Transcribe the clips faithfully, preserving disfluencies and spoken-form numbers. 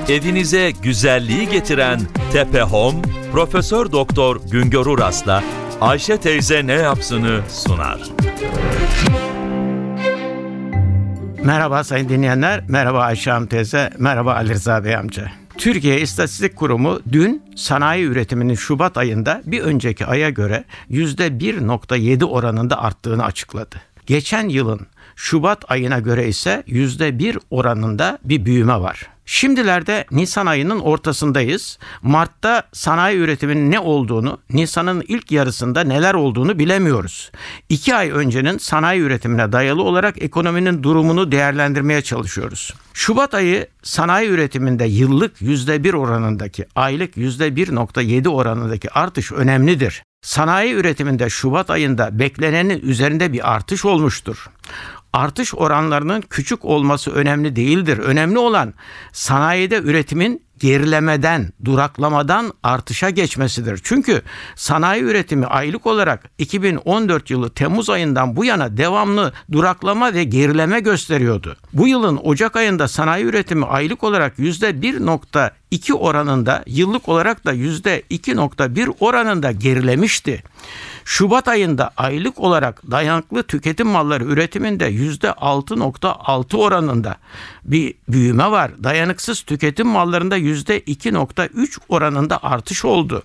Evinize güzelliği getiren Tepe Home, Profesör Doktor Güngör Uras'la Ayşe teyze ne yapsını sunar. Merhaba sayın dinleyenler, merhaba Ayşe Hanım teyze, merhaba Ali Rıza Bey amca. Türkiye İstatistik Kurumu dün sanayi üretiminin Şubat ayında bir önceki aya göre yüzde bir virgül yedi oranında arttığını açıkladı. Geçen yılın Şubat ayına göre ise yüzde bir oranında bir büyüme var. Şimdilerde Nisan ayının ortasındayız. Mart'ta sanayi üretiminin ne olduğunu, Nisan'ın ilk yarısında neler olduğunu bilemiyoruz. İki ay öncenin sanayi üretimine dayalı olarak ekonominin durumunu değerlendirmeye çalışıyoruz. Şubat ayı sanayi üretiminde yıllık yüzde bir oranındaki, aylık yüzde bir virgül yedi oranındaki artış önemlidir. Sanayi üretiminde Şubat ayında beklenenin üzerinde bir artış olmuştur. Artış oranlarının küçük olması önemli değildir. Önemli olan sanayide üretimin gerilemeden, duraklamadan artışa geçmesidir. Çünkü sanayi üretimi aylık olarak iki bin on dört yılı Temmuz ayından bu yana devamlı duraklama ve gerileme gösteriyordu. Bu yılın Ocak ayında sanayi üretimi aylık olarak yüzde bir virgül iki oranında, yıllık olarak da yüzde iki virgül bir oranında gerilemişti. Şubat ayında aylık olarak dayanıklı tüketim malları üretiminde yüzde altı virgül altı oranında bir büyüme var. Dayanıksız tüketim mallarında yüzde iki virgül üç oranında artış oldu.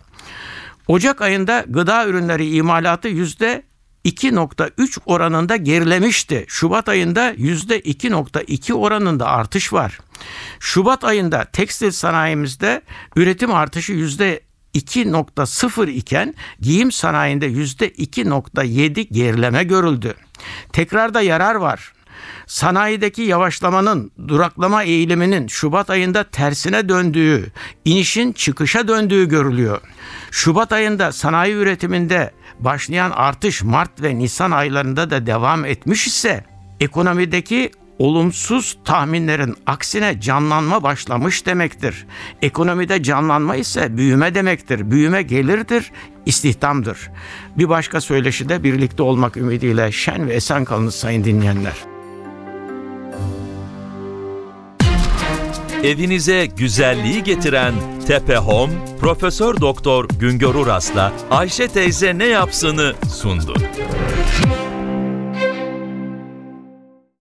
Ocak ayında gıda ürünleri imalatı yüzde iki virgül üç oranında gerilemişti. Şubat ayında yüzde iki virgül iki oranında artış var. Şubat ayında tekstil sanayimizde üretim artışı yüzde iki virgül sıfır iken giyim sanayinde yüzde iki virgül yedi gerileme görüldü. Tekrarda yarar var. Sanayideki yavaşlamanın, duraklama eğiliminin Şubat ayında tersine döndüğü, inişin çıkışa döndüğü görülüyor. Şubat ayında sanayi üretiminde başlayan artış Mart ve Nisan aylarında da devam etmiş ise ekonomideki olumsuz tahminlerin aksine canlanma başlamış demektir. Ekonomide canlanma ise büyüme demektir. Büyüme gelirdir, istihdamdır. Bir başka söyleşide birlikte olmak ümidiyle şen ve esen kalınız sayın dinleyenler. Evinize güzelliği getiren Tepe Home, Profesör Doktor Güngör Uras'la Ayşe teyze ne yapsını sundu.